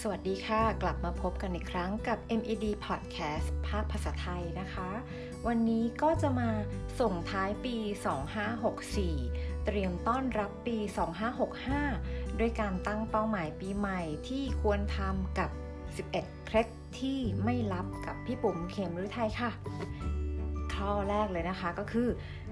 สวัสดีค่ะกลับมาพบกันอีกครั้งกับ MED Podcast ภาคภาษาไทยนะคะวันนี้ก็จะมาส่งท้ายปี 2564 เตรียมต้อนรับปี 2565 ด้วยการตั้งเป้าหมายปีใหม่ที่ควรทำกับ 11 เคล็ดที่ไม่ลับกับพี่ปุ๋มเขมฤทัยค่ะข้อแรกเลยนะคะก็คือ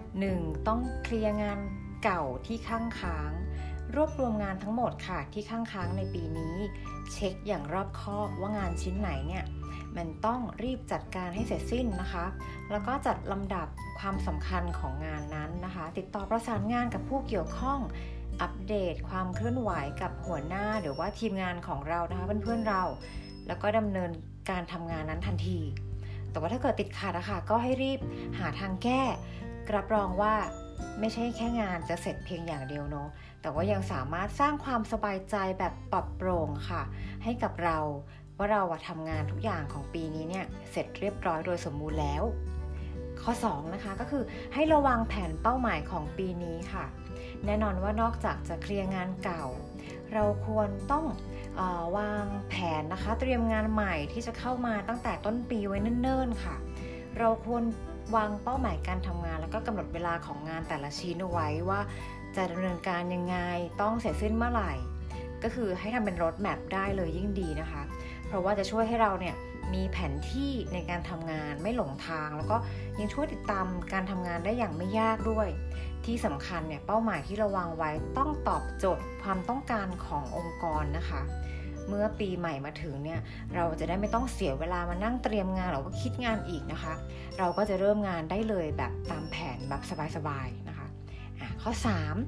1. ต้องเคลียร์งานเก่าที่ค้างรวบรวมงานทั้งหมดค่ะที่ค้างในปีนี้เช็คอย่างรอบคอบว่างานชิ้นไหนเนี่ยมันต้องรีบจัดการให้เสร็จสิ้นนะคะแล้วก็จัดลำดับความสำคัญของงานนั้นนะคะติดต่อประสานงานกับผู้เกี่ยวข้องอัปเดตความเคลื่อนไหวกับหัวหน้าหรือว่าทีมงานของเรานะคะเพื่อนๆเราแล้วก็ดำเนินการทำงานนั้นทันทีแต่ว่าถ้าเกิดติดขัดนะคะก็ให้รีบหาทางแก้รับรองว่าไม่ใช่แค่งานจะเสร็จเพียงอย่างเดียวเนาะแต่ว่ายังสามารถสร้างความสบายใจแบบปลอดโปร่งค่ะให้กับเราว่าเราทำงานทุกอย่างของปีนี้เนี่ยเสร็จเรียบร้อยโดยสมบูรณ์แล้วข้อ2นะคะก็คือให้ระวังแผนเป้าหมายของปีนี้ค่ะแน่นอนว่านอกจากจะเคลียร์งานเก่าเราควรต้องวางแผนนะคะเตรียมงานใหม่ที่จะเข้ามาตั้งแต่ต้นปีไว้เนิ่นๆค่ะเราควรวางเป้าหมายการทำงานแล้วก็กำหนดเวลาของงานแต่ละชิ้นเอาไว้ว่าจะดำเนินการยังไงต้องเสร็จสิ้นเมื่อไหร่ก็คือให้ทำเป็นโรดแมปได้เลยยิ่งดีนะคะเพราะว่าจะช่วยให้เราเนี่ยมีแผนที่ในการทำงานไม่หลงทางแล้วก็ยังช่วยติดตามการทำงานได้อย่างไม่ยากด้วยที่สำคัญเนี่ยเป้าหมายที่เราวางไว้ต้องตอบโจทย์ความต้องการขององค์กรนะคะเมื่อปีใหม่มาถึงเนี่ยเราจะได้ไม่ต้องเสียเวลามานั่งเตรียมงานหรือว่าคิดงานอีกนะคะเราก็จะเริ่มงานได้เลยแบบตามแผนแบบสบายๆนะคะข้อ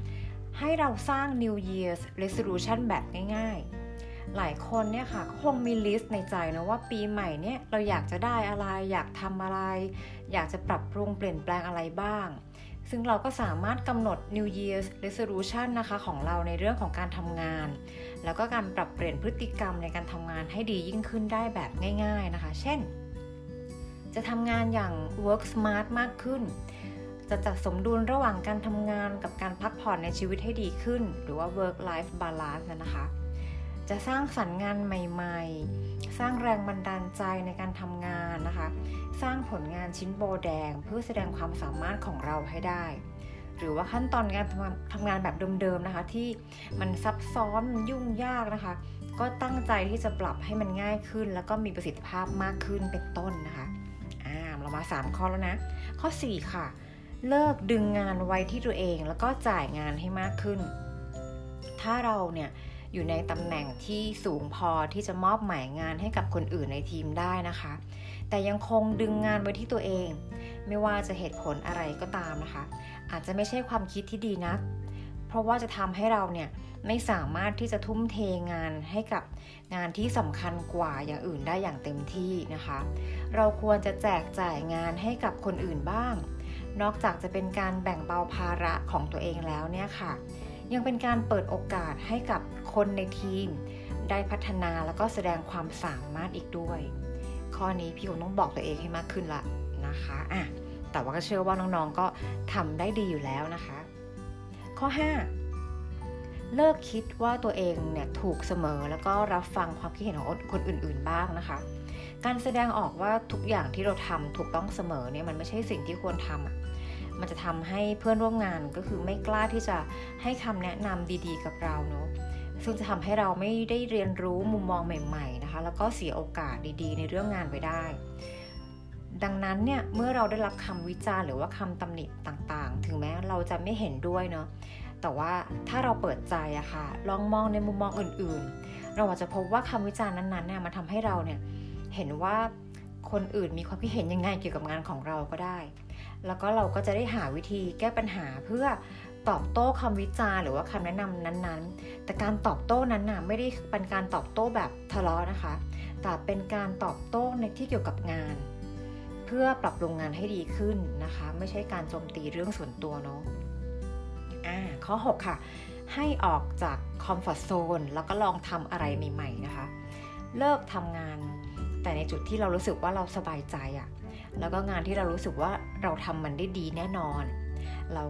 3ให้เราสร้าง New Year's Resolution แบบง่ายๆหลายคนเนี่ยค่ะคงมีลิสต์ในใจนะว่าปีใหม่เนี่ยเราอยากจะได้อะไรอยากทำอะไรอยากจะปรับปรุงเปลี่ยนแปลงอะไรบ้างซึ่งเราก็สามารถกำหนด New Year's Resolution นะคะของเราในเรื่องของการทำงานแล้วก็การปรับเปลี่ยนพฤติกรรมในการทำงานให้ดียิ่งขึ้นได้แบบง่ายๆนะคะเช่นจะทำงานอย่าง work smart มากขึ้นจะจัดสมดุลระหว่างการทำงานกับการพักผ่อนในชีวิตให้ดีขึ้นหรือว่า work life balance นะคะจะสร้างสรรค์งานใหม่ๆสร้างแรงบันดาลใจในการทำงานนะคะสร้างผลงานชิ้นโบแดงเพื่อแสดงความสามารถของเราให้ได้หรือว่าขั้นตอนการทำงานแบบเดิมๆนะคะที่มันซับซ้อนยุ่งยากนะคะก็ตั้งใจที่จะปรับให้มันง่ายขึ้นแล้วก็มีประสิทธิภาพมากขึ้นเป็นต้นนะคะเรามา3ข้อแล้วนะข้อ4ค่ะเลิกดึงงานไว้ที่ตัวเองแล้วก็จ่ายงานให้มากขึ้นถ้าเราเนี่ยอยู่ในตำแหน่งที่สูงพอที่จะมอบหมายงานให้กับคนอื่นในทีมได้นะคะแต่ยังคงดึงงานไว้ที่ตัวเองไม่ว่าจะเหตุผลอะไรก็ตามนะคะอาจจะไม่ใช่ความคิดที่ดีนักเพราะว่าจะทำให้เราเนี่ยไม่สามารถที่จะทุ่มเทงานให้กับงานที่สำคัญกว่าอย่างอื่นได้อย่างเต็มที่นะคะเราควรจะแจกจ่ายงานให้กับคนอื่นบ้างนอกจากจะเป็นการแบ่งเบาภาระของตัวเองแล้วเนี่ยค่ะยังเป็นการเปิดโอกาสให้กับคนในทีมได้พัฒนาแล้วก็แสดงความสามารถอีกด้วยข้อนี้พี่คงต้องบอกตัวเองให้มากขึ้นละนะคะแต่ว่าก็เชื่อว่าน้องๆก็ทำได้ดีอยู่แล้วนะคะข้อ5เลิกคิดว่าตัวเองเนี่ยถูกเสมอแล้วก็รับฟังความคิดเห็นของคนอื่นๆบ้างนะคะการแสดงออกว่าทุกอย่างที่เราทำถูกต้องเสมอเนี่ยมันไม่ใช่สิ่งที่ควรทำมันจะทำให้เพื่อนร่วมงานก็คือไม่กล้าที่จะให้คำแนะนำดีๆกับเราเนาะซึ่งจะทำให้เราไม่ได้เรียนรู้มุมมองใหม่ๆนะคะแล้วก็เสียโอกาสดีๆในเรื่องงานไปได้ดังนั้นเนี่ยเมื่อเราได้รับคำวิจารณ์หรือว่าคำตำหนิต่างๆถึงแม้เราจะไม่เห็นด้วยเนาะแต่ว่าถ้าเราเปิดใจอะค่ะลองมองในมุมมองอื่นๆเราอาจจะพบว่าคำวิจารณ์นั้นๆเนี่ยมันทำให้เราเนี่ยเห็นว่าคนอื่นมีความคิดเห็นยังไงเกี่ยวกับงานของเราก็ได้แล้วก็เราก็จะได้หาวิธีแก้ปัญหาเพื่อตอบโต้คำวิจารณ์หรือว่าคำแนะนำนั้นๆแต่การตอบโต้นั้นน่ะไม่ได้เป็นการตอบโต้แบบทะเลาะนะคะแต่เป็นการตอบโต้ในที่เกี่ยวกับงานเพื่อปรับปรุงงานให้ดีขึ้นนะคะไม่ใช่การโจมตีเรื่องส่วนตัวเนาะข้อ6ค่ะให้ออกจากคอมฟอร์ตโซนแล้วก็ลองทำอะไรใหม่ๆนะคะเลิกทำงานแต่ในจุดที่เรารู้สึกว่าเราสบายใจแล้วก็งานที่เรารู้สึกว่าเราทำมันได้ดีแน่นอนเรา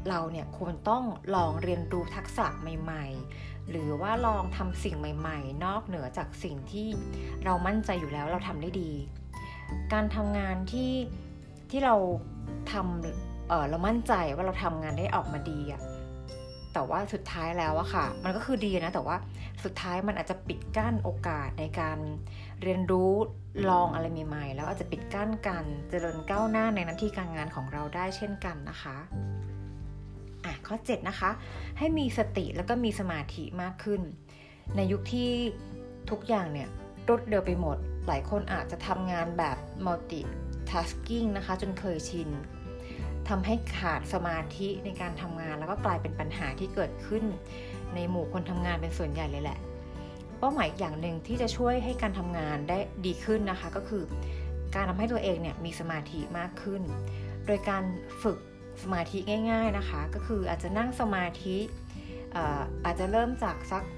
เราเนี่ยควรต้องลองเรียนรู้ทักษะใหม่ๆหรือว่าลองทำสิ่งใหม่ๆนอกเหนือจากสิ่งที่เรามั่นใจอยู่แล้วเราทำได้ดีการทำงานที่เราทำเรามั่นใจว่าเราทำงานได้ออกมาดีอะแต่ว่าสุดท้ายแล้วอะค่ะมันก็คือดีนะแต่ว่าสุดท้ายมันอาจจะปิดกั้นโอกาสในการเรียนรู้ลองอะไรใหม่ๆแล้วอาจจะปิดกั้นการเจริญก้าวหน้าในหน้าที่การงานของเราได้เช่นกันนะคะข้อ 7 นะคะให้มีสติแล้วก็มีสมาธิมากขึ้นในยุคที่ทุกอย่างเนี่ยรวดเร็วไปหมดหลายคนอาจจะทำงานแบบ multitasking นะคะจนเคยชินทำให้ขาดสมาธิในการทำงานแล้วก็กลายเป็นปัญหาที่เกิดขึ้นในหมู่คนทำงานเป็นส่วนใหญ่เลยแหละเป้าหมายอย่างหนึ่งที่จะช่วยให้การทำงานได้ดีขึ้นนะคะก็คือการทำให้ตัวเองเนี่ยมีสมาธิมากขึ้นโดยการฝึกสมาธิง่ายๆนะคะก็คืออาจจะนั่งสมาธิอาจจะเริ่มจากสัก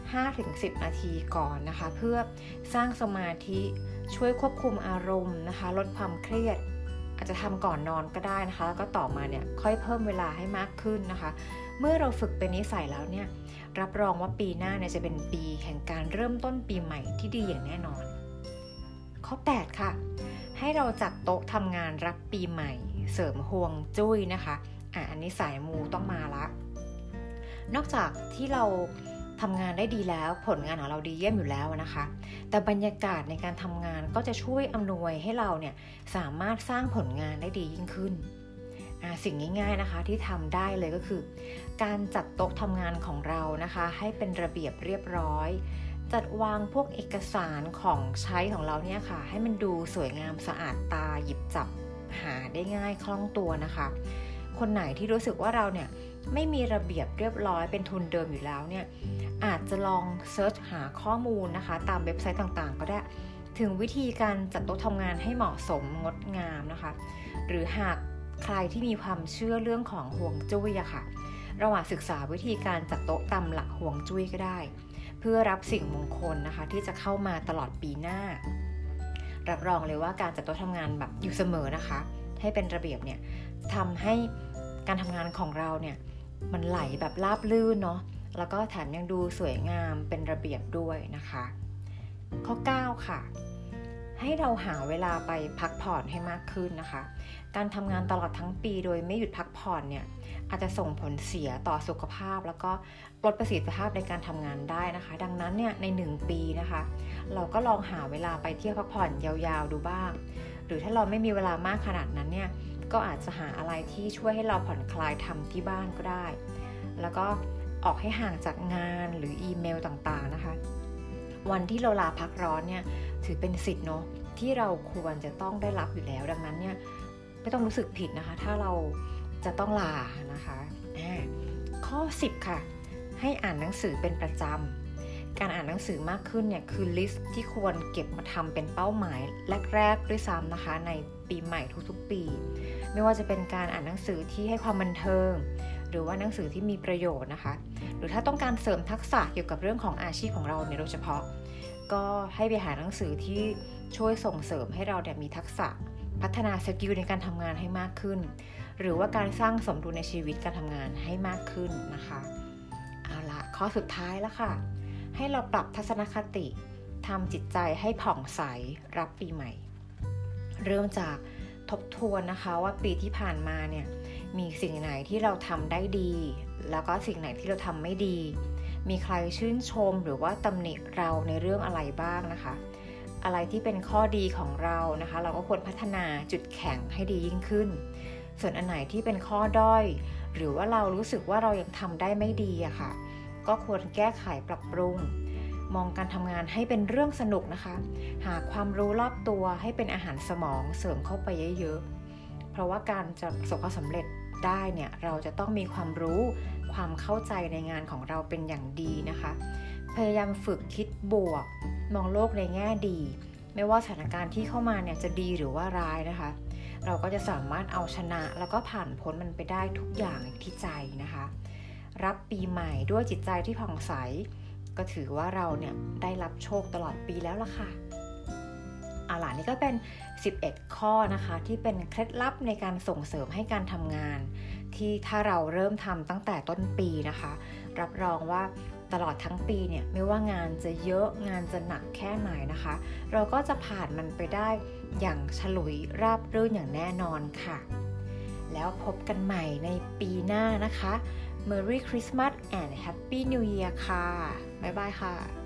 5-10 นาทีก่อนนะคะเพื่อสร้างสมาธิช่วยควบคุมอารมณ์นะคะลดความเครียดอาจจะทำก่อนนอนก็ได้นะคะแล้วก็ต่อมาเนี่ยค่อยเพิ่มเวลาให้มากขึ้นนะคะเมื่อเราฝึกเป็นนิสัยแล้วเนี่ยรับรองว่าปีหน้าเนี่ยจะเป็นปีแห่งการเริ่มต้นปีใหม่ที่ดีอย่างแน่นอนข้อ 8 ค่ะให้เราจัดโต๊ะทำงานรับปีใหม่เสริมฮวงจุ้ยนะคะอันนี้สายมูต้องมาละนอกจากที่เราทำงานได้ดีแล้วผลงานของเราดีเยี่ยมอยู่แล้วนะคะแต่บรรยากาศในการทำงานก็จะช่วยอำนวยให้เราเนี่ยสามารถสร้างผลงานได้ดียิ่งขึ้นสิ่งง่ายๆนะคะที่ทำได้เลยก็คือการจัดโต๊ะทำงานของเรานะคะให้เป็นระเบียบเรียบร้อยจัดวางพวกเอกสารของใช้ของเราเนี่ยค่ะให้มันดูสวยงามสะอาดตาหยิบจับหาได้ง่ายคล่องตัวนะคะคนไหนที่รู้สึกว่าเราเนี่ยไม่มีระเบียบเรียบร้อยเป็นทุนเดิมอยู่แล้วเนี่ยอาจจะลองเซิร์ชหาข้อมูลนะคะตามเว็บไซต์ต่างๆก็ได้ถึงวิธีการจัดโต๊ะทำงานให้เหมาะสมงดงามนะคะหรือหากใครที่มีความเชื่อเรื่องของฮวงจุ้ยอะค่ะเราอาจศึกษาวิธีการจัดโต๊ะตามหลักฮวงจุ้ยก็ได้เพื่อรับสิ่งมงคลนะคะที่จะเข้ามาตลอดปีหน้ารับรองเลยว่าการจัดโต๊ะทำงานแบบอยู่เสมอนะคะให้เป็นระเบียบเนี่ยทำให้การทำงานของเราเนี่ยมันไหลแบบราบรื่นเนาะแล้วก็แถมยังดูสวยงามเป็นระเบียบด้วยนะคะข้อ 9 ค่ะให้เราหาเวลาไปพักผ่อนให้มากขึ้นนะคะการทำงานตลอดทั้งปีโดยไม่หยุดพักผ่อนเนี่ยอาจจะส่งผลเสียต่อสุขภาพแล้วก็ลดประสิทธิภาพในการทำงานได้นะคะดังนั้นเนี่ยใน1ปีนะคะเราก็ลองหาเวลาไปเที่ยวพักผ่อนยาวๆดูบ้างหรือถ้าเราไม่มีเวลามากขนาดนั้นเนี่ยก็อาจจะหาอะไรที่ช่วยให้เราผ่อนคลายทำที่บ้านก็ได้แล้วก็ออกให้ห่างจากงานหรืออีเมลต่างๆนะคะวันที่เราลาพักร้อนเนี่ยถือเป็นสิทธิ์เนาะที่เราควรจะต้องได้รับอยู่แล้วดังนั้นเนี่ยไม่ต้องรู้สึกผิดนะคะถ้าเราจะต้องลานะคะข้อ 10 ค่ะให้อ่านหนังสือเป็นประจำการอ่านหนังสือมากขึ้นเนี่ยคือลิสต์ที่ควรเก็บมาทำเป็นเป้าหมายแรกๆด้วยซ้ำนะคะในปีใหม่ทุกๆปีไม่ว่าจะเป็นการอ่านหนังสือที่ให้ความบันเทิงหรือว่าหนังสือที่มีประโยชน์นะคะหรือถ้าต้องการเสริมทักษะเกี่ยวกับเรื่องของอาชีพของเราเนี่ยโดยเฉพาะก็ให้ไปหาหนังสือที่ช่วยส่งเสริมให้เราเนี่ยมีทักษะพัฒนาสกิลในการทำงานให้มากขึ้นหรือว่าการสร้างสมดุลในชีวิตการทำงานให้มากขึ้นนะคะเอาละข้อสุดท้ายแล้วค่ะให้เราปรับทัศนคติทำจิตใจให้ผ่องใสรับปีใหม่เริ่มจากทบทวนนะคะว่าปีที่ผ่านมาเนี่ยมีสิ่งไหนที่เราทำได้ดีแล้วก็สิ่งไหนที่เราทำไม่ดีมีใครชื่นชมหรือว่าตำหนิเราในเรื่องอะไรบ้างนะคะอะไรที่เป็นข้อดีของเรานะคะเราก็ควรพัฒนาจุดแข็งให้ดียิ่งขึ้นส่วนอันไหนที่เป็นข้อด้อยหรือว่าเรารู้สึกว่าเรายังทำได้ไม่ดีอะค่ะก็ควรแก้ไขปรับปรุงมองการทำงานให้เป็นเรื่องสนุกนะคะหาความรู้รอบตัวให้เป็นอาหารสมองเสริมเข้าไปเยอะๆเพราะว่าการจะประสบความสำเร็จได้เนี่ยเราจะต้องมีความรู้ความเข้าใจในงานของเราเป็นอย่างดีนะคะพยายามฝึกคิดบวกมองโลกในแง่ดีไม่ว่าสถานการณ์ที่เข้ามาเนี่ยจะดีหรือว่าร้ายนะคะเราก็จะสามารถเอาชนะแล้วก็ผ่านพ้นมันไปได้ทุกอย่างที่ใจนะคะรับปีใหม่ด้วยจิตใจที่ผ่องใสก็ถือว่าเราเนี่ยได้รับโชคตลอดปีแล้วล่ะค่ะนี่ก็เป็น11ข้อนะคะที่เป็นเคล็ดลับในการส่งเสริมให้การทำงานที่ถ้าเราเริ่มทำตั้งแต่ต้นปีนะคะรับรองว่าตลอดทั้งปีเนี่ยไม่ว่างานจะเยอะงานจะหนักแค่ไหนนะคะเราก็จะผ่านมันไปได้อย่างฉลุยราบรื่นอย่างแน่นอนค่ะแล้วพบกันใหม่ในปีหน้านะคะ Merry Christmas and Happy New Year ค่ะบ๊ายบายค่ะ